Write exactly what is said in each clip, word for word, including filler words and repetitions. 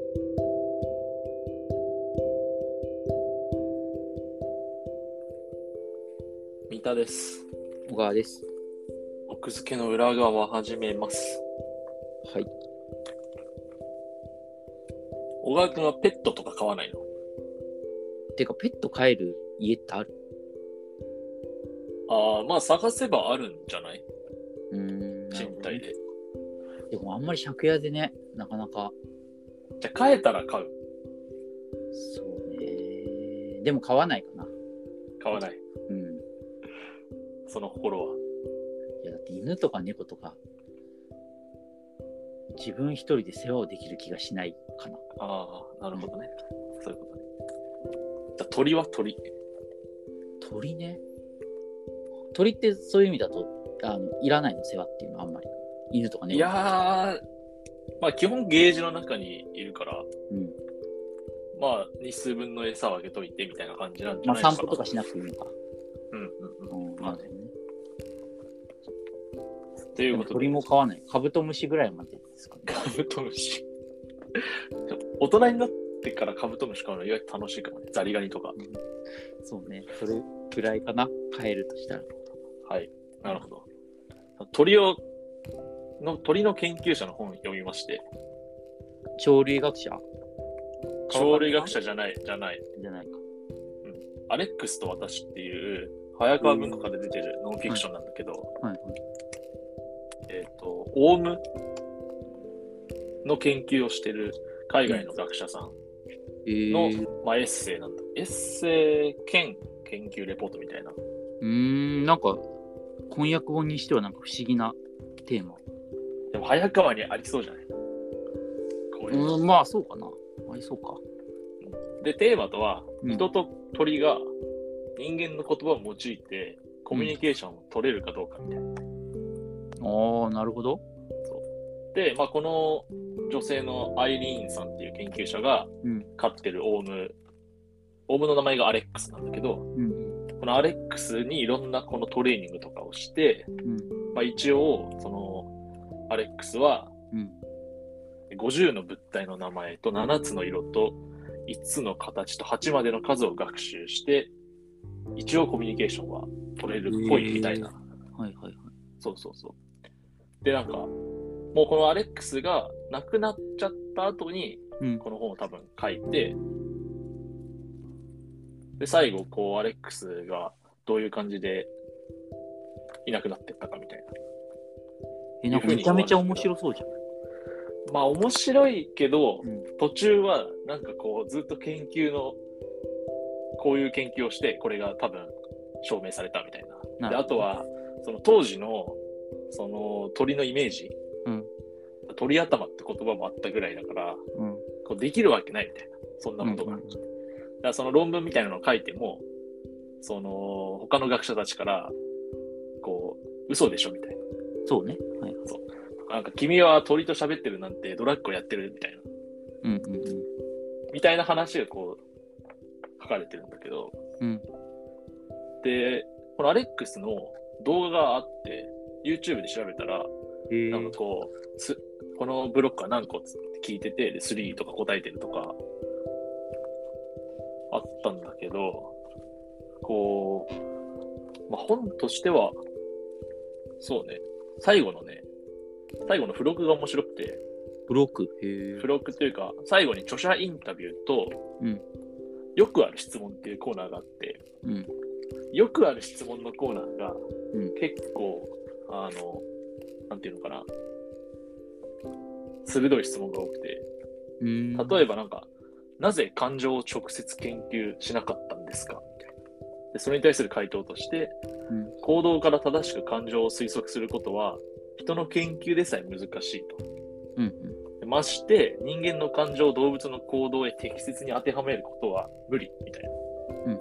三田です。 小川です。 奥付けの裏側始めます。 はい。 小川君はペットとか飼わないの？ てか、ペット飼える家ってある？ ああ、まあ探せばあるんじゃない？ うーん。 賃貸で。 でもあんまり借家でね、なかなか。 じゃあ飼えたら飼う？ そうね。でも飼わないかな。 飼わない。 うん。 その心は？ いや、だって犬とか猫とか、自分一人で世話をできる気がしないかな。 ああ、なるほどね。うん、そういうことね。じゃあ鳥は鳥？ 鳥ね。鳥ってそういう意味だと、あの、いらないの世話っていうのはあんまり。犬とか猫。 いやー、まあ基本ゲージの中にいるから、 うん。 まあ日数分の餌をあげといてみたいな感じなんじゃまあないかな。 散歩とかしなくていいのか。 うんうんうん。 うん、 まあね。 なるほどね。 ということで。 鳥も飼わない。カブトムシぐらいまでですかね。 カブトムシ。大人になってからカブトムシ飼うの意外と楽しいかもね。ザリガニとか。 うん、そうね。それくらいかな。飼えるとしたら。 はい。なるほど。鳥をの鳥の研究者の本を読みまして。 鳥類学者？ 鳥類学者じゃないじゃないじゃないか。 うん。アレックスと私っていう早川文庫から出てるノンフィクションなんだけど、 はいはい、 えっとオウムの研究をしてる海外の学者さんの、 えーまあ、エッセイなんだ。エッセイ兼研究レポートみたいな。 うーん、なんか翻訳本にしてはなんか不思議なテーマ。 でも早川にありそうじゃない？こういううん、まあそうかな。ありそうか。 で、テーマとは、 うん、 人と鳥が人間の言葉を用いてコミュニケーションを取れるかどうかみたいな。 ああ、なるほど。 そうで、まあ、この女性のアイリーンさんっていう研究者が飼ってるオウム、うん、オウムの名前がアレックスなんだけど、うん、このアレックスにいろんなこのトレーニングとかをして、うんまあ、一応そのアレックスはごじゅうの物体の名前とななつの色といつつの形とはちまでの数を学習して一応コミュニケーションは取れるっぽいみたいな、 えー、はいはいはい。 そうそうそうでなんかもうこのアレックスが亡くなっちゃった後にこの本を多分書いて、うん、で最後こうアレックスがどういう感じでいなくなってったかみたいな。 え、なんかめちゃめちゃ面白そうじゃん。 まあ面白いけど、 うん、 途中はなんかこうずっと研究のこういう研究をしてこれが多分証明されたみたいな。であとはその当時のその鳥のイメージ、うん、鳥頭って言葉もあったぐらいだから、うん、こうできるわけないみたいな、そんなことが。うんうん、だからその論文みたいなのを書いてもその他の学者たちからこう嘘でしょみたいな。 そうね。はい。 そうなんか君は鳥と喋ってるなんてドラッグをやってるみたいな、 うんうんうん、 みたいな話がこう書かれてるんだけど、うん、でこのアレックスの動画があって YouTube で調べたら、なんかこうすこのブロックは何個って聞いててでスリーとか答えてるとかあったんだけど、こう、まあ、本としてはそうね、最後のね最後の付録が面白くて、 付録へ付録というか最後に著者インタビューと、うん、よくある質問っていうコーナーがあって、うん、よくある質問のコーナーが、うん、結構あのなんていうのかな、鋭い質問が多くて、うん、例えばなんかなぜ感情を直接研究しなかったんですかみたいな。でそれに対する回答として、うん、行動から正しく感情を推測することは人の研究でさえ難しいと、うんうん、まして人間の感情を動物の行動へ適切に当てはめることは無理みたいな、うんうん、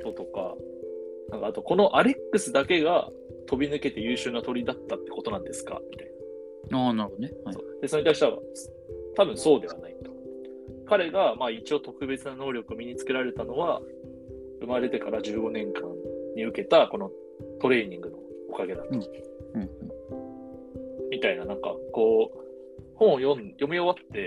とか、なんかあとこのアレックスだけが飛び抜けて優秀な鳥だったってことなんですかみたいな。 ああ、なるほどね。はい、 そでそれに対しては多分そうではないと。彼がまあ一応特別な能力を身につけられたのは生まれてからじゅうごねんかんに受けたこのトレーニングのおかげだと。うんうんみたいな、なんかこう本を読ん読み終わって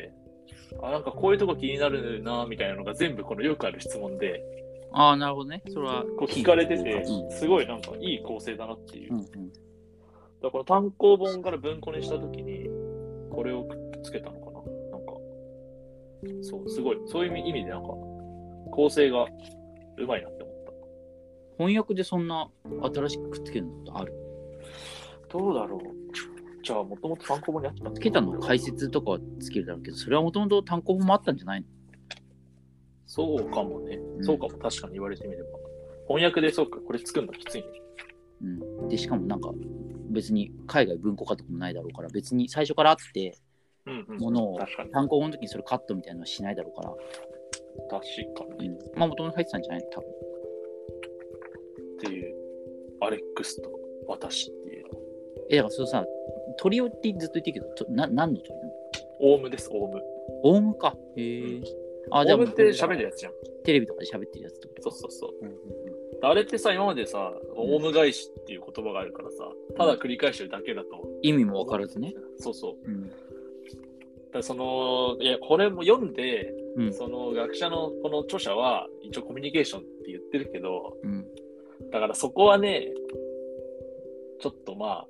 あ、なんかこういうとこ気になるなみたいなのが全部このよくある質問で、 ああ、なるほどね。それはこう聞かれてて、 うん、 すごいなんかいい構成だなっていう。 うんうん、 だからこの単行本から文庫にしたときに、これをくっつけたのかな。なんか、そう、すごい、そういう意味でなんか、構成がうまいなって思った。 翻訳でそんな新しくくっつけるのことある？ どうだろう。じゃあ、もともと単行本にあったつけたの解説とかはつけるだろうけど、それはもともと単行本もあったんじゃないの？ そうかもね。 うん、 そうかも、確かに言われてみれば。翻訳でそうか、これ作るのきついね。 うん。で、しかもなんか、別に海外文庫化とかもないだろうから、別に最初からあって、 うんうん、 ものを確かに単行本の時にそれカットみたいなのはしないだろうから。 確かに。 うん、まあ、もともと入ってたんじゃないの多分。 っていう、アレックスと私っていうの。 え、だからそのさ、鳥をってずっと言ってるけど、とな何の鳥なの？ オウムです、オウム。 オウムか。へえ。うん、あ、 オウムって喋るやつじゃん。 テレビとかで喋ってるやつってこと？ そうそうそう。 うんうんうん、あれってさ、今までさ、オウム返しっていう言葉があるからさ、ただ繰り返してるだけだと。 意味も分からずね。 そうそう。 うん、 だその、いや、これも読んで、 うん、 その学者のこの著者は一応コミュニケーションって言ってるけど、 うん、 だからそこはね、ちょっとまあ、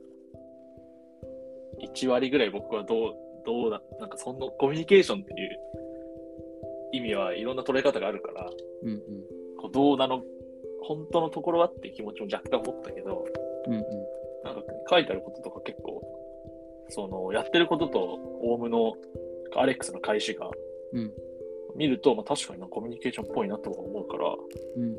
いち割ぐらい僕はどう、どうだ、なんかそのコミュニケーションっていう意味はいろんな捉え方があるから、 うんうん、 こうどうなの、本当のところはっていう気持ちも若干持ったけど、 うんうん、 なんか書いてあることとか結構、そのやってることとオウムのアレックスの返しが、 うん、 見ると、まあ、確かにコミュニケーションっぽいなと思うから、 うんうんうん、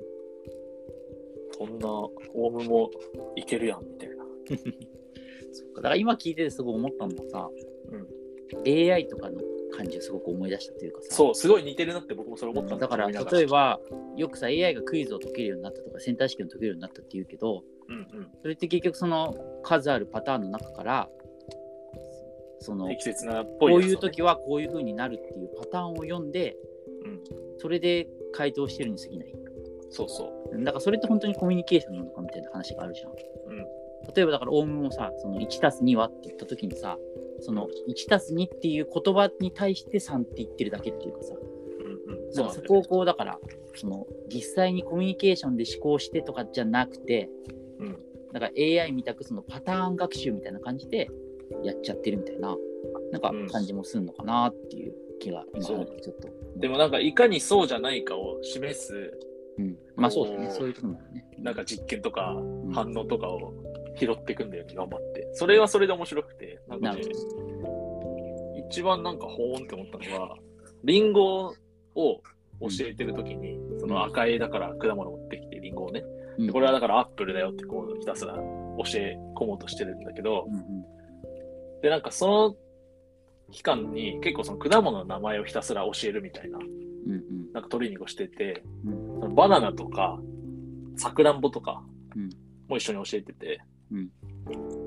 そんなオウムもいけるやんみたいな。 そっか、だから今聞いててすごい思ったのはさ、うん、エーアイ とかの感じをすごく思い出したというかさ、 そう、すごい似てるなって僕もそれ思ったんだから例えばよくさ エーアイ がクイズを解けるようになったとかセンター試験を解けるようになったって言うけど、 うんうん、 それって結局その数あるパターンの中からその適切なっぽいこういう時はこういう風になるっていうパターンを読んで、うん、それで回答してるに過ぎない。 そうそう。 だからそれって本当にコミュニケーションなのかみたいな話があるじゃん。 うん、 例えばだからオウムもさ、そのいちたすにはって言った時にさ、そのいちたすにっていう言葉に対してさんって言ってるだけっていうかさ、うんうん、だからそこをこうだからその実際にコミュニケーションで思考してとかじゃなくて、うん、だから エーアイ みたくそのパターン学習みたいな感じでやっちゃってるみたいななんか感じもするのかなっていう気が今ちょっと、 うん、でもなんかいかにそうじゃないかを示す、 うん、まあそうだね、そういうところもね、 なんか実験とか反応とかを拾っていくんだよね、頑張って。それはそれで面白くて、なんかね、一番なんかほーんって思ったのは、リンゴを教えてるときに、その赤いだから果物を持ってきて、リンゴをね、でこれはだからアップルだよってこうひたすら教え込もうとしてるんだけど、うんうん、で、なんかその期間に結構その果物の名前をひたすら教えるみたいな、うんうん、なんかトレーニングをしてて、うん、そのバナナとか、さくらんぼとかも一緒に教えてて、うん、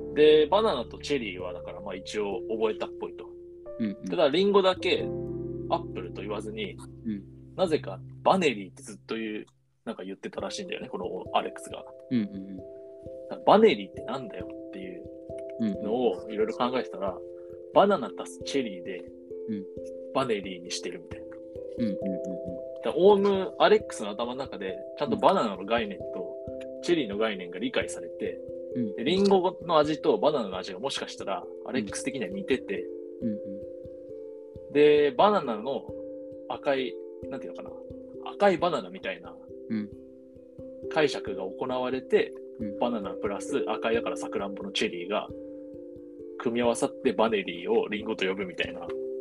で、バナナとチェリーはだからまあ一応覚えたっぽいと。うんうん、ただリンゴだけアップルと言わずに、うん、なぜかバネリーってずっと言う、なんか言ってたらしいんだよね、このアレックスが。うんうんうん、バネリーってなんだよっていうのをいろいろ考えてたら、うんうん、バナナ足すチェリーで、うん、バネリーにしてるみたいな。うんうんうんうん、だオウム、アレックスの頭の中でちゃんとバナナの概念とチェリーの概念が理解されて、うん、でリンゴの味とバナナの味がもしかしたらアレックス的には似てて、うんうんうん、で、バナナの赤い、なんていうのかな、赤いバナナみたいな解釈が行われて、うん、バナナプラス赤いだからさくらんぼのチェリーが組み合わさってバネリーをリンゴと呼ぶみたいな。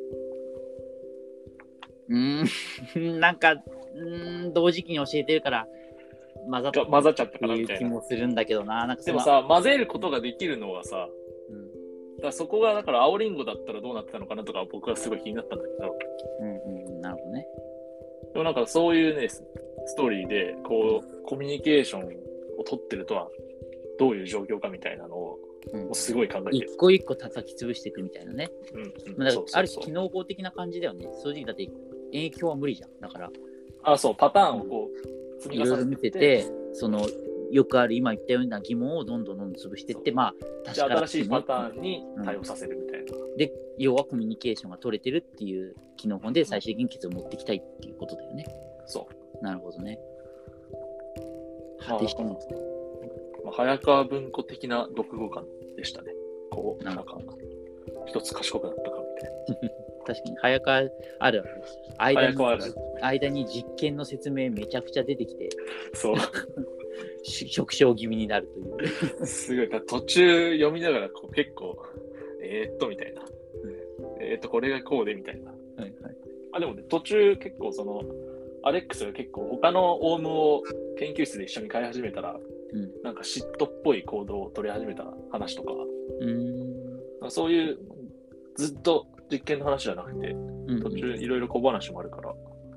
うーん、なんか、うーん、同時期に教えてるから混ざっ混ざっちゃったかなみたいな気もするんだけどな。なんかでもさ、混ぜることができるのはさ、うん、だからそこがだから青リンゴだったらどうなってたのかなとか僕はすごい気になったんだけど。 うんうん、なるほどね。 でもなんかそういうね、ストーリーでこうコミュニケーションを取ってるとはどういう状況かみたいなのを、うん、もうすごい考えてる。 一個一個叩き潰していくみたいなね。うんうん、まあ、だからある種機能法的な感じだよね。正直だって影響は無理じゃん。だから。 あ、そう、パターンをこう積み重ねていろいろ見てて、そのよくある今言ったような疑問をどんどんどんどん潰していって、まあ確かに新しいパターンに対応させるみたいな。 うん、で要はコミュニケーションが取れてるっていう機能本で最終的に結論を持ってきたいっていうことだよね。 そう。 なるほどね。果てしてるんですね。 まあ、早川文庫的な読後感でしたね。こう、なんか、一つ賢くなったかみたいな。 確かに、早川あるある。間に、 ある間に実験の説明めちゃくちゃ出てきて、 そう。 触傷気味になるという。 すごい、途中読みながらこう結構、えー、っとみたいな。えー、っと、これがこうでみたいな。はいはい、あでもね、途中結構その、アレックスが結構他のオウムを研究室で一緒に飼い始めたら、うん、なんか嫉妬っぽい行動を取り始めた話とか、うーんそういうずっと実験の話じゃなくて、うん、途中いろいろ小話もあるから、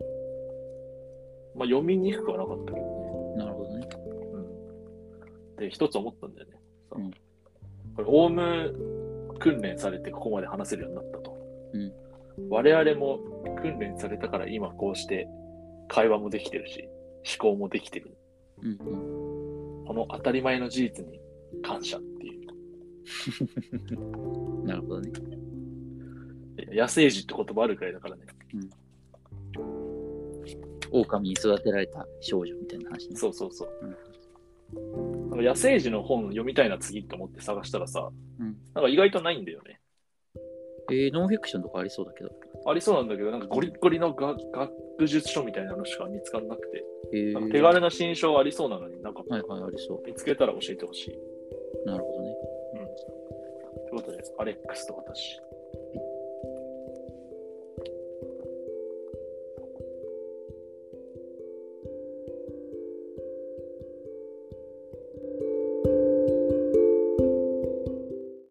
まあ読みにくくはなかったけどね。なるほどね。 うん、で、一つ思ったんだよね。うん、これ、オウム訓練されてここまで話せるようになったと。うん、我々も訓練されたから今こうして会話もできてるし、思考もできてる。うんうん、この当たり前の事実に感謝っていう。 なるほどね。 野生児って言葉あるくらいだからね。 うん、狼に育てられた少女みたいな話ね。 そうそうそう。うん、野生児の本読みたいな次と思って探したらさ、うん、なんか意外とないんだよね。 えー、ノンフィクションとかありそうだけど。 ありそうなんだけど、なんかゴリッゴリのが学術書みたいなのしか見つからなくて、えー、なんか手軽な新書ありそうなのになんか、 はいはい、ありそう。 見つけたら教えてほしい。 なるほどね。 うん。ということで、アレックスと私。